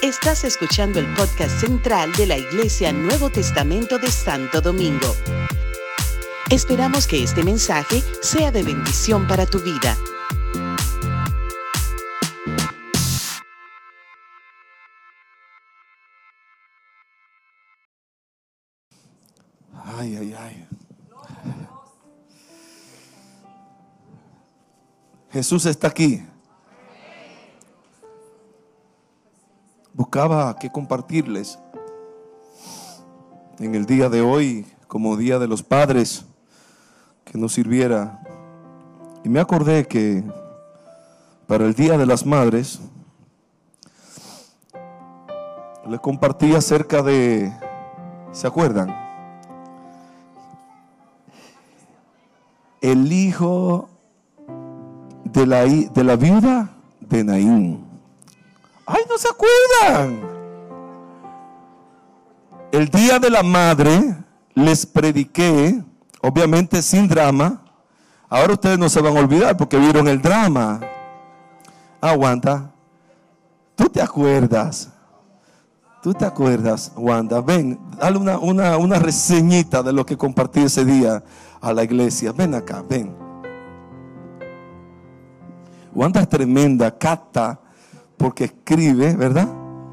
Estás escuchando el podcast central de la Iglesia Nuevo Testamento de Santo Domingo. Esperamos que este mensaje sea de bendición para tu vida. Ay, ay, ay. Jesús está aquí. Buscaba qué compartirles en el día de hoy, como Día de los Padres, que nos sirviera. Y me acordé que para el Día de las Madres les compartí acerca de, ¿se acuerdan? El hijo de la viuda de Naín. ¡Ay, no se acuerdan! El Día de la Madre les prediqué, obviamente sin drama. Ahora ustedes no se van a olvidar porque vieron el drama. Wanda, ¿tú te acuerdas? ¿Tú te acuerdas, Wanda? Ven, dale una reseñita de lo que compartí ese día a la iglesia. Ven acá, ven. Wanda es tremenda, capta, porque escribe, ¿verdad?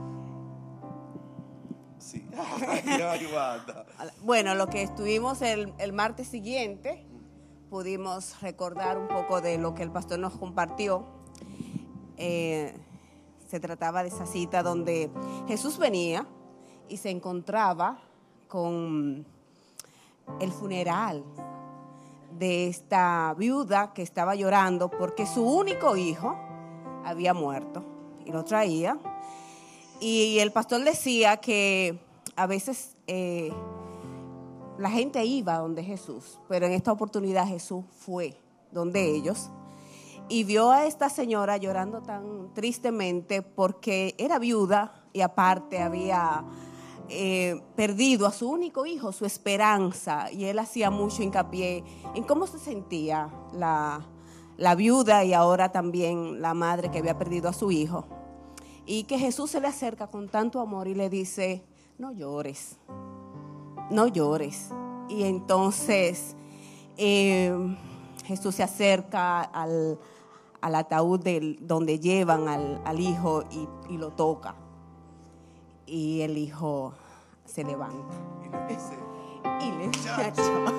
Sí. Ay, Wanda. Bueno, lo que estuvimos el martes siguiente, pudimos recordar un poco de lo que el pastor nos compartió. Se trataba de esa cita donde Jesús venía y se encontraba con el funeral de esta viuda que estaba llorando porque su único hijo había muerto y lo traía. Y el pastor decía que a veces la gente iba donde Jesús, pero en esta oportunidad Jesús fue donde ellos y vio a esta señora llorando tan tristemente porque era viuda y aparte había perdido a su único hijo, su esperanza, y él hacía mucho hincapié en cómo se sentía la viuda y ahora también la madre que había perdido a su hijo, y que Jesús se le acerca con tanto amor y le dice: no llores, no llores. Y entonces Jesús se acerca al ataúd donde llevan al hijo y lo toca. Y el hijo se levanta. Y le dice,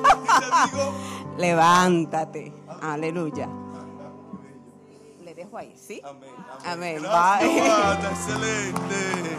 levántate. Aleluya. Le dejo ahí, ¿sí? Amén. Amén. Gracias, excelente.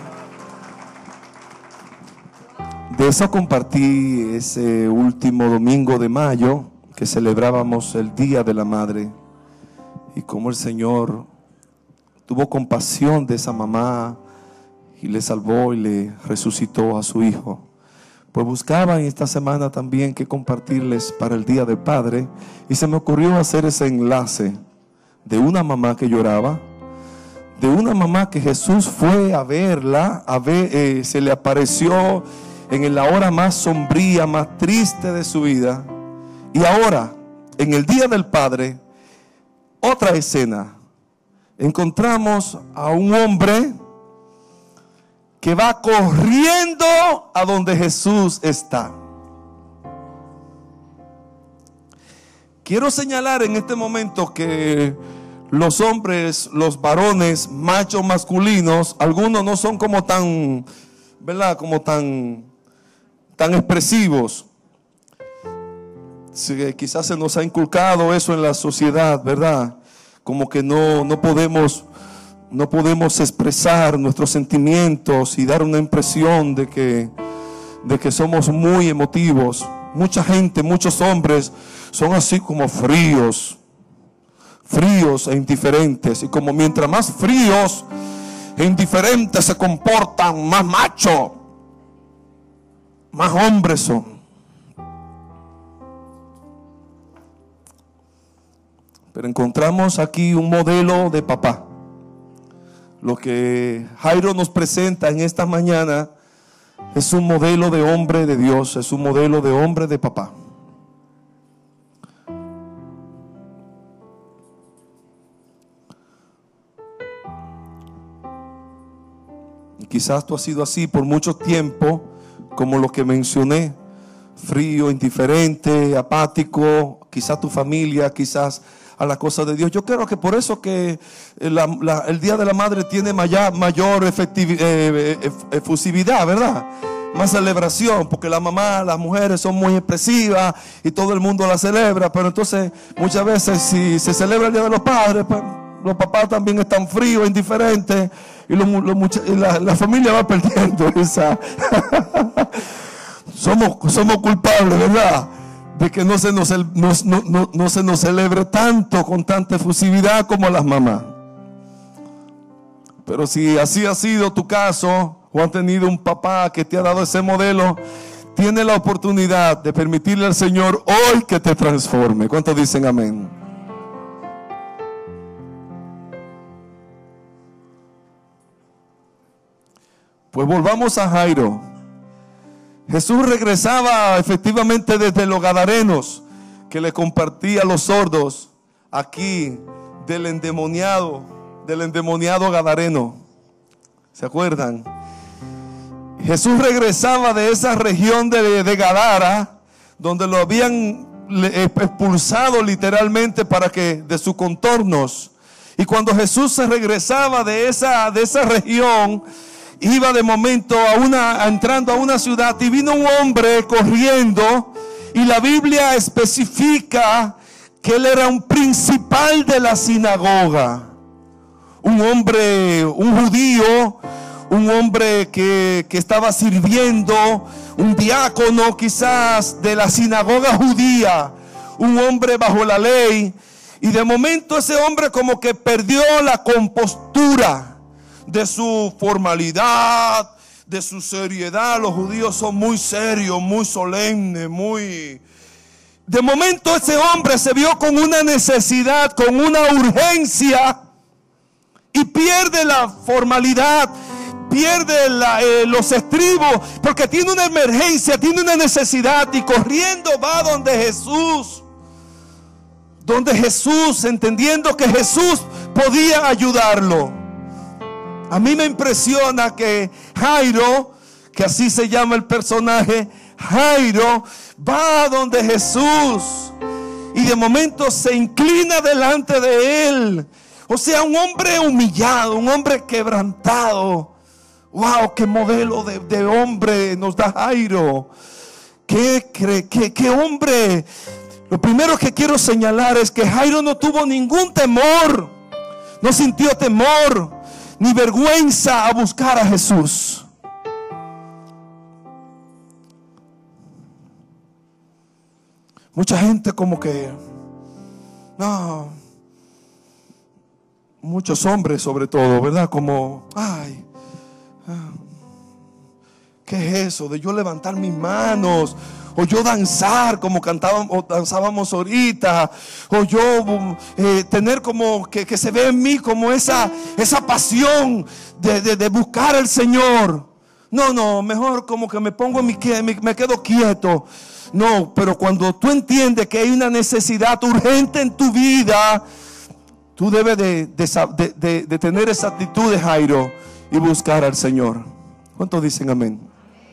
De eso compartí ese último domingo de mayo que celebrábamos el Día de la Madre, y cómo el Señor tuvo compasión de esa mamá y le salvó y le resucitó a su hijo. Pues buscaba en esta semana también que compartirles para el Día del Padre, y se me ocurrió hacer ese enlace de una mamá que lloraba, de una mamá que Jesús fue a verla, se le apareció en la hora más sombría, más triste de su vida. Y ahora, en el Día del Padre, otra escena. Encontramos a un hombre que va corriendo a donde Jesús está. Quiero señalar en este momento que los hombres, los varones, machos masculinos, algunos no son como tan, ¿verdad? Como tan expresivos. Sí, quizás se nos ha inculcado eso en la sociedad, ¿verdad? Como que no podemos expresar nuestros sentimientos y dar una impresión de que somos muy emotivos. Mucha gente, muchos hombres son así como fríos e indiferentes. Y como mientras más fríos e indiferentes se comportan, más macho, más hombres son. Pero encontramos aquí un modelo de papá. Lo que Jairo nos presenta en esta mañana es un modelo de hombre de Dios, es un modelo de hombre de papá. Quizás tú has sido así por mucho tiempo, como lo que mencioné, frío, indiferente, apático, quizás tu familia, quizás a la cosa de Dios. Yo creo que por eso que el Día de la Madre tiene mayor efusividad, ¿verdad? Más celebración, porque la mamá, las mujeres son muy expresivas y todo el mundo la celebra. Pero entonces muchas veces si se celebra el Día de los Padres, pues los papás también están fríos, indiferentes, y la familia va perdiendo esa. Somos culpables, ¿verdad?, de que no se nos celebre tanto, con tanta efusividad como a las mamás. Pero si así ha sido tu caso, o han tenido un papá que te ha dado ese modelo, tiene la oportunidad de permitirle al Señor hoy que te transforme. ¿Cuántos dicen amén? Pues volvamos a Jairo. Jesús regresaba efectivamente desde los Gadarenos, que le compartía a los sordos aquí del endemoniado Gadareno. ¿Se acuerdan? Jesús regresaba de esa región de Gadara, donde lo habían expulsado literalmente de sus contornos. Y cuando Jesús se regresaba de esa región, iba de momento entrando a una ciudad, y vino un hombre corriendo, y la Biblia especifica que él era un principal de la sinagoga, un judío, un hombre que estaba sirviendo, un diácono quizás de la sinagoga judía, un hombre bajo la ley. Y de momento ese hombre como que perdió la compostura de su formalidad, de su seriedad. Los judíos son muy serios, muy solemnes, De momento ese hombre se vio con una necesidad, con una urgencia, y pierde la formalidad, pierde los estribos, porque tiene una emergencia, tiene una necesidad, y corriendo va donde Jesús, entendiendo que Jesús podía ayudarlo. A mí me impresiona que Jairo, que así se llama el personaje, Jairo, va donde Jesús y de momento se inclina delante de él. O sea, un hombre humillado, un hombre quebrantado. Wow, qué modelo de hombre nos da Jairo. Qué hombre. Lo primero que quiero señalar es que Jairo no tuvo ningún temor, no sintió temor ni vergüenza a buscar a Jesús. Mucha gente como que, muchos hombres sobre todo, ¿verdad? Como, ¿qué es eso de yo levantar mis manos? O yo danzar como danzábamos ahorita, o yo tener como que se ve en mí como esa pasión de buscar al Señor. No, mejor como que me pongo me quedo quieto. No, pero cuando tú entiendes que hay una necesidad urgente en tu vida, tú debes de tener esa actitud de Jairo y buscar al Señor. ¿Cuántos dicen amén?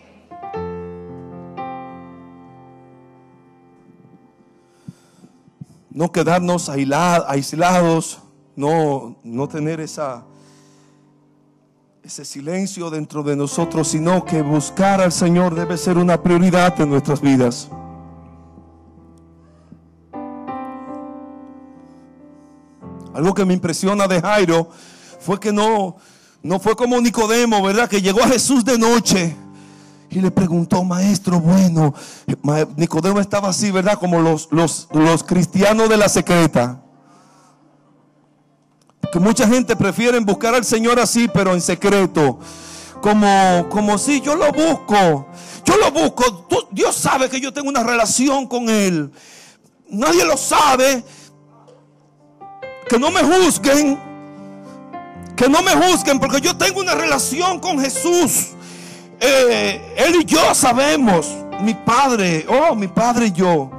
No quedarnos aislados, no tener ese silencio dentro de nosotros, sino que buscar al Señor debe ser una prioridad en nuestras vidas. Algo que me impresiona de Jairo fue que no fue como Nicodemo, ¿verdad? Que llegó a Jesús de noche y le preguntó, maestro bueno. Nicodemo estaba así, ¿verdad? Como los cristianos de la secreta. Que mucha gente prefiere buscar al Señor así, pero en secreto. Como si yo lo busco. Dios sabe que yo tengo una relación con Él. Nadie lo sabe. Que no me juzguen. Porque yo tengo una relación con Jesús. Él y yo sabemos. Mi padre y yo.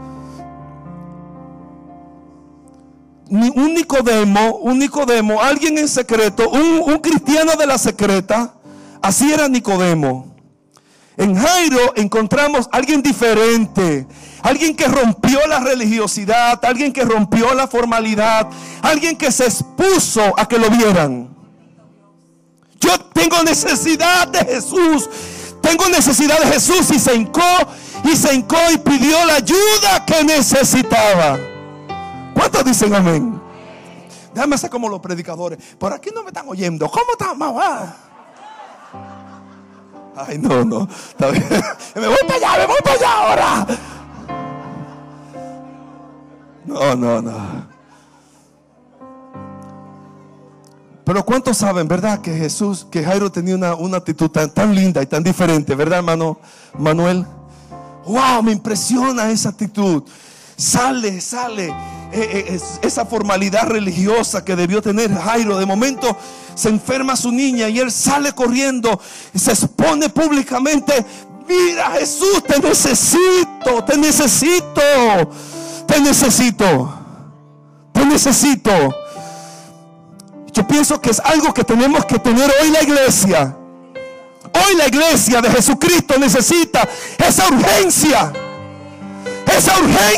Un Nicodemo, alguien en secreto, un cristiano de la secreta, Así era Nicodemo. En Jairo encontramos a alguien diferente, alguien que rompió la religiosidad, alguien que rompió la formalidad, alguien que se expuso a que lo vieran. Yo tengo necesidad de Jesús, tengo necesidad de Jesús, y se hincó y pidió la ayuda que necesitaba. ¿Cuántos dicen amén? Déjame ser como los predicadores. Por aquí no me están oyendo. ¿Cómo está, mamá? Ay, no. Está bien. Me voy para allá ahora. No. Pero ¿cuántos saben, verdad, que Jairo tenía una actitud tan linda y tan diferente, verdad, hermano Manuel? Wow, me impresiona esa actitud. Sale esa formalidad religiosa que debió tener Jairo. De momento se enferma su niña y él sale corriendo y se expone públicamente. Mira, Jesús, te necesito. Yo pienso que es algo que tenemos que tener hoy la iglesia. Hoy la iglesia de Jesucristo necesita esa urgencia. Esa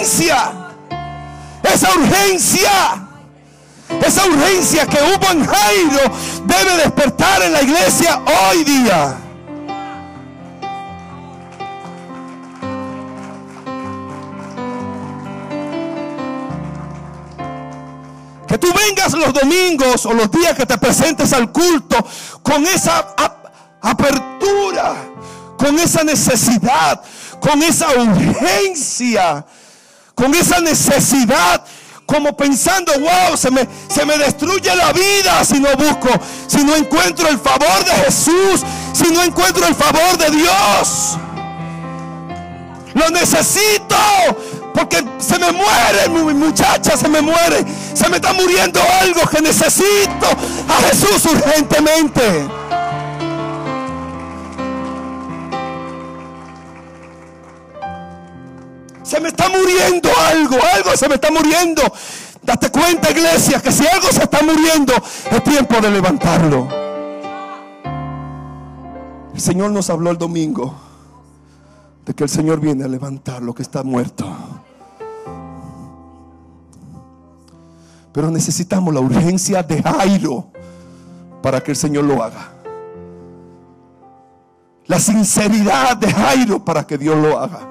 urgencia que hubo en Jairo debe despertar en la iglesia hoy día. Que tú vengas los domingos o los días que te presentes al culto con esa apertura, con esa necesidad, con esa urgencia, con esa necesidad, como pensando, wow, se me destruye la vida si no busco, si no encuentro el favor de Jesús, si no encuentro el favor de Dios. Lo necesito, porque se me muere mi muchacha, se me está muriendo algo que necesito a Jesús urgentemente. Se me está muriendo algo se me está muriendo. Date cuenta, iglesia, que si algo se está muriendo, es tiempo de levantarlo. El Señor nos habló el domingo de que el Señor viene a levantar lo que está muerto. Pero necesitamos la urgencia de Jairo para que el Señor lo haga. La sinceridad de Jairo para que Dios lo haga.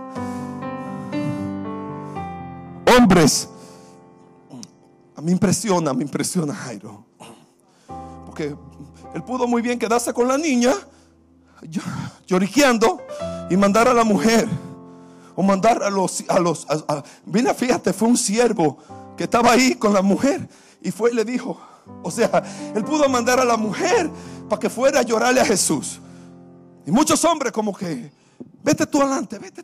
Hombres, a mí me impresiona Jairo, porque él pudo muy bien quedarse con la niña lloriqueando y mandar a la mujer, o mandar mira, fíjate, fue un siervo que estaba ahí con la mujer y fue y le dijo, o sea, él pudo mandar a la mujer para que fuera a llorarle a Jesús. Y muchos hombres como que, vete tú adelante, vete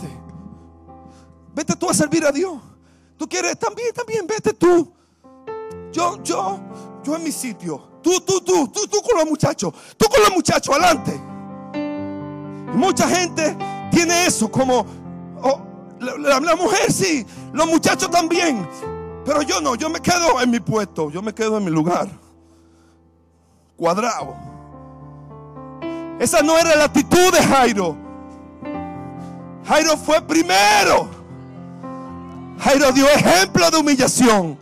tú a servir a Dios. Tú quieres, también, vete tú. Yo en mi sitio. Tú con los muchachos. Tú con los muchachos, adelante. Y mucha gente tiene eso como, la mujer sí, los muchachos también. Pero yo no, yo me quedo en mi puesto, yo me quedo en mi lugar. Cuadrado. Esa no era la actitud de Jairo. Jairo fue primero. Jairo dio ejemplo de humillación.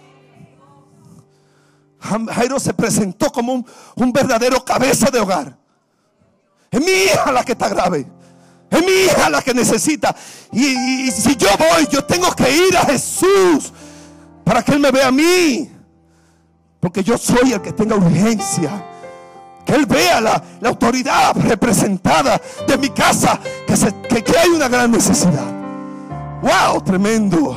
Jairo se presentó como un verdadero cabeza de hogar. Es mi hija la que está grave. Es mi hija la que necesita. Y si yo voy, yo tengo que ir a Jesús para que Él me vea a mí. Porque yo soy el que tenga urgencia. Que Él vea la autoridad representada de mi casa. Que hay una gran necesidad. ¡Wow! Tremendo.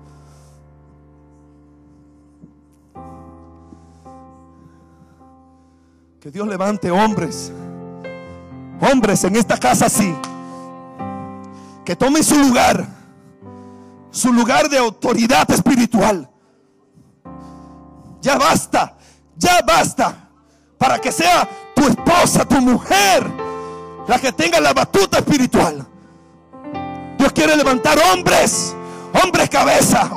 Que Dios levante hombres en esta casa así, que tomen su lugar de autoridad espiritual. Ya basta para que sea tu esposa, tu mujer, la que tenga la batuta espiritual. Dios quiere levantar hombres cabeza.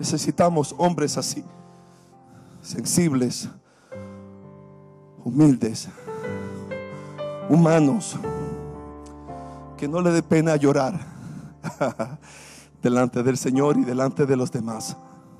Necesitamos hombres así, sensibles, humildes, humanos, que no le dé pena llorar delante del Señor y delante de los demás.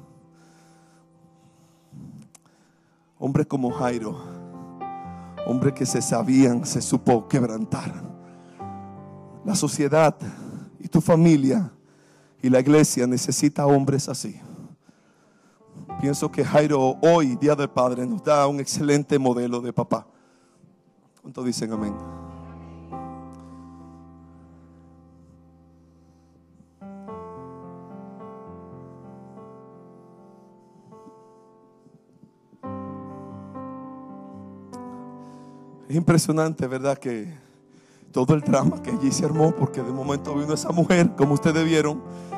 Hombre como Jairo, hombre que se supo quebrantar. La sociedad y tu familia y la iglesia necesita hombres así. Pienso que Jairo hoy, Día del Padre, nos da un excelente modelo de papá. ¿Cuántos dicen amén? Es impresionante, ¿verdad? Que todo el drama que allí se armó, porque de momento vino esa mujer, como ustedes vieron,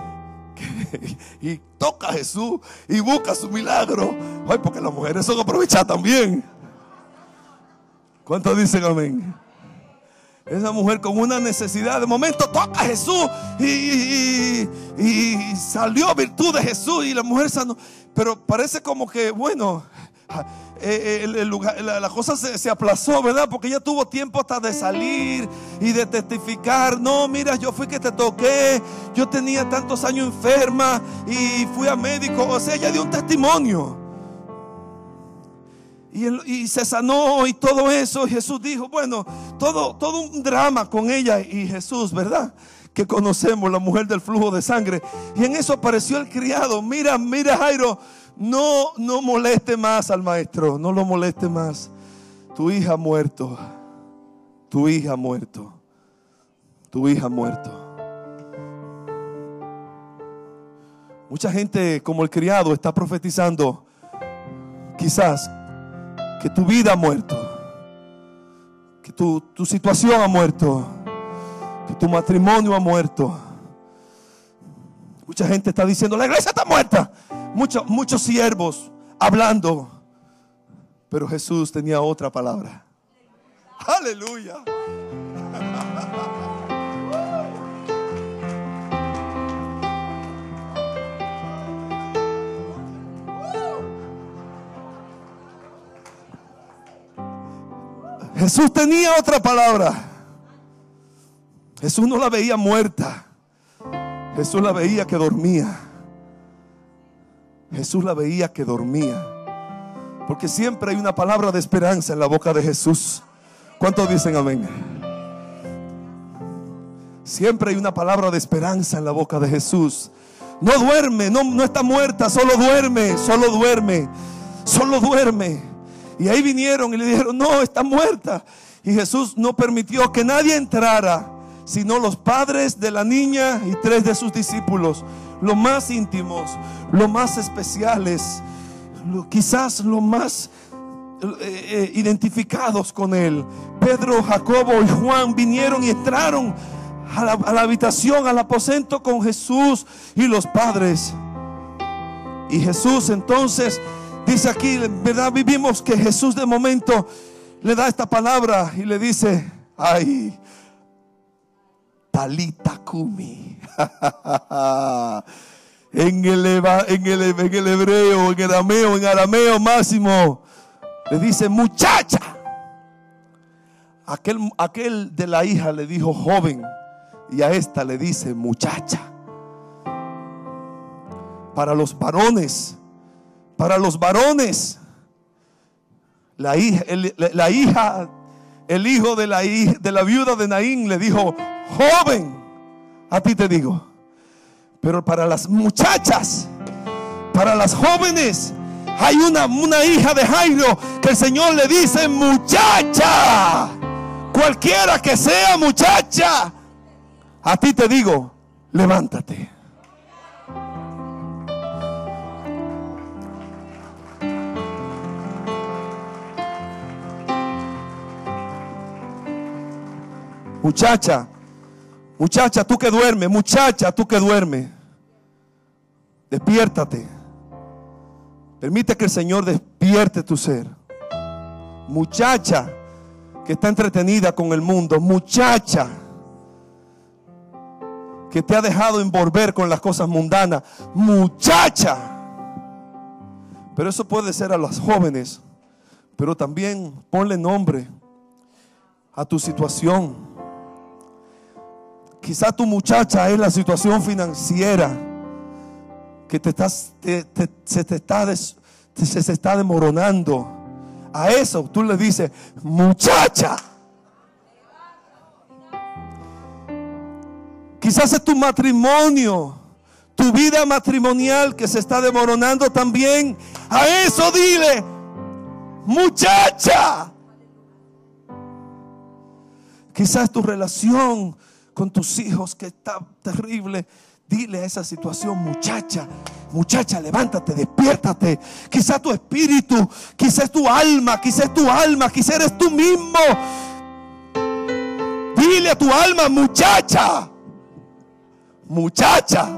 y toca a Jesús y busca su milagro. Ay, porque las mujeres son aprovechadas también. ¿Cuántos dicen amén? Esa mujer con una necesidad, de momento toca a Jesús y salió virtud de Jesús y la mujer sanó. Pero parece como que, bueno, la cosa se aplazó, ¿verdad? Porque ella tuvo tiempo hasta de salir y de testificar. No, mira, yo fui que te toqué, yo tenía tantos años enferma y fui a médico. O sea, ella dio un testimonio y se sanó y todo eso. Y Jesús dijo, bueno, todo un drama con ella y Jesús, ¿verdad? Que conocemos, la mujer del flujo de sangre. Y en eso apareció el criado. Mira, Jairo, no moleste más al maestro, no lo moleste más. Tu hija ha muerto. Tu hija ha muerto. Tu hija ha muerto. Mucha gente, como el criado, está profetizando quizás que tu vida ha muerto, que tu situación ha muerto, que tu matrimonio ha muerto. Mucha gente está diciendo, la iglesia está muerta. Muchos siervos hablando, pero Jesús tenía otra palabra. Aleluya. Jesús tenía otra palabra. Jesús no la veía muerta. Jesús la veía que dormía. Jesús la veía que dormía. Porque siempre hay una palabra de esperanza en la boca de Jesús. ¿Cuántos dicen amén? Siempre hay una palabra de esperanza en la boca de Jesús. No duerme, no está muerta, solo duerme, solo duerme, solo duerme. Y ahí vinieron y le dijeron, no, está muerta. Y Jesús no permitió que nadie entrara, sino los padres de la niña y 3 de sus discípulos, los más íntimos, los más especiales, quizás los más identificados con él. Pedro, Jacobo y Juan vinieron y entraron a la habitación, al aposento con Jesús y los padres. Y Jesús entonces dice aquí, ¿verdad? Vivimos que Jesús de momento le da esta palabra y le dice, ay, Talita Kumi. en el hebreo, en arameo máximo, le dice muchacha. Aquel de la hija le dijo joven, y a esta le dice muchacha. Para los varones, la hija, el hijo de la viuda de Naín le dijo joven, a ti te digo. Pero para las muchachas, para las jóvenes, hay una hija de Jairo que el Señor le dice muchacha. Cualquiera que sea muchacha, a ti te digo, levántate. Muchacha, tú que duermes, muchacha, tú que duermes, despiértate. Permite que el Señor despierte tu ser. Muchacha que está entretenida con el mundo, muchacha que te ha dejado envolver con las cosas mundanas, muchacha Pero eso puede ser a las jóvenes. Pero también ponle nombre a tu situación. Quizá tu muchacha es la situación financiera que se está desmoronando. A eso tú le dices: muchacha. Quizás es tu matrimonio, tu vida matrimonial que se está desmoronando también. A eso dile: muchacha. Quizás tu relación con tus hijos que está terrible. Dile a esa situación: muchacha, muchacha, levántate, despiértate. Quizás tu espíritu, quizás tu alma, quizás eres tú mismo. Dile a tu alma: muchacha, muchacha,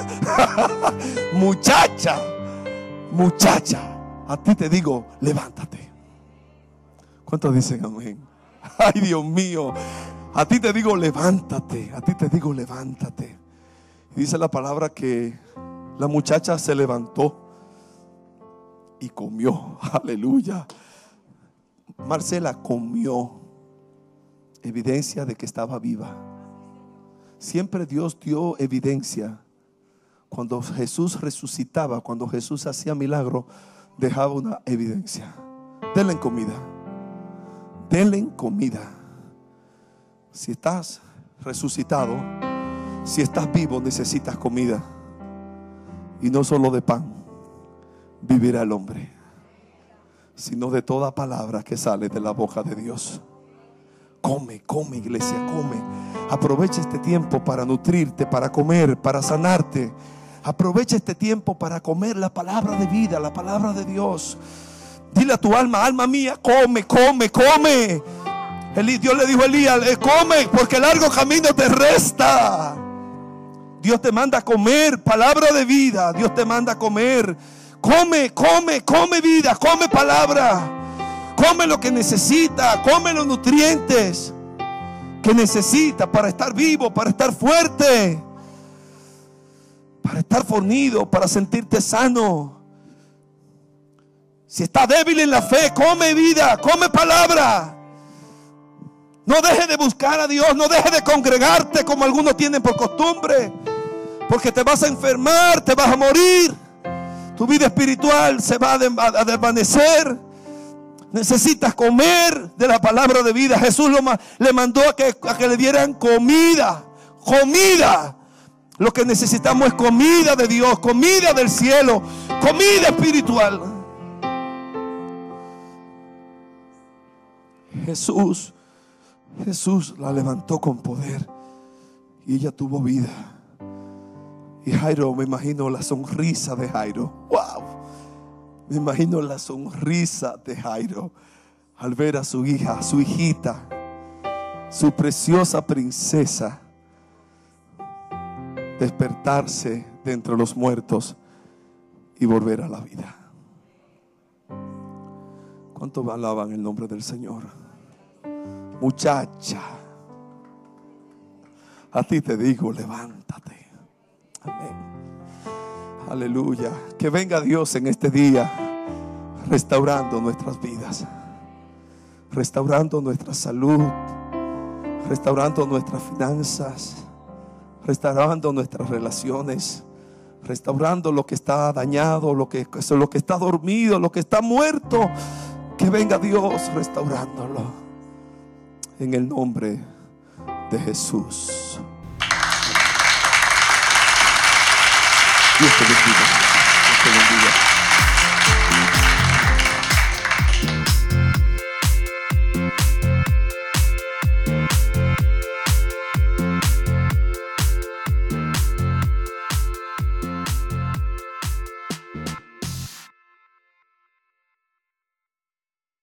muchacha, muchacha. A ti te digo: levántate. ¿Cuántos dicen amén? Ay, Dios mío. A ti te digo: levántate. A ti te digo: levántate. Y dice la palabra que la muchacha se levantó y comió. Aleluya. Marcela comió. Evidencia de que estaba viva. Siempre Dios dio evidencia. Cuando Jesús resucitaba, cuando Jesús hacía milagro, dejaba una evidencia. Denle comida. Denle comida. Si estás resucitado, si estás vivo, necesitas comida. Y no solo de pan vivirá el hombre, sino de toda palabra que sale de la boca de Dios. Come, come, iglesia, come. Aprovecha este tiempo para nutrirte, para comer, para sanarte. Aprovecha este tiempo para comer la palabra de vida, la palabra de Dios. Dile a tu alma: alma mía, come, come, come. Dios le dijo a Elías: come, porque largo camino te resta. Dios te manda a comer palabra de vida. Dios te manda a comer. Come, come, come vida, come palabra. Come lo que necesita, come los nutrientes que necesita para estar vivo, para estar fuerte, para estar fornido, para sentirte sano. Si estás débil en la fe, come vida, come palabra. No dejes de buscar a Dios, no dejes de congregarte como algunos tienen por costumbre, porque te vas a enfermar, te vas a morir. Tu vida espiritual se va a desvanecer. Necesitas comer de la palabra de vida. Jesús le mandó a que le dieran comida. Comida. Lo que necesitamos es comida de Dios, comida del cielo, comida espiritual. Jesús la levantó con poder y ella tuvo vida. Y Jairo, me imagino la sonrisa de Jairo. ¡Wow! Me imagino la sonrisa de Jairo al ver a su hija, a su hijita, su preciosa princesa, despertarse de entre los muertos y volver a la vida. ¿Cuántos alaban el nombre del Señor? Muchacha, a ti te digo: levántate. Amén. Aleluya. Que venga Dios en este día restaurando nuestras vidas, restaurando nuestra salud, restaurando nuestras finanzas, restaurando nuestras relaciones, restaurando lo que está dañado, lo que está dormido, lo que está muerto. Que venga Dios restaurándolo en el nombre de Jesús. Dios te bendiga. Dios te bendiga.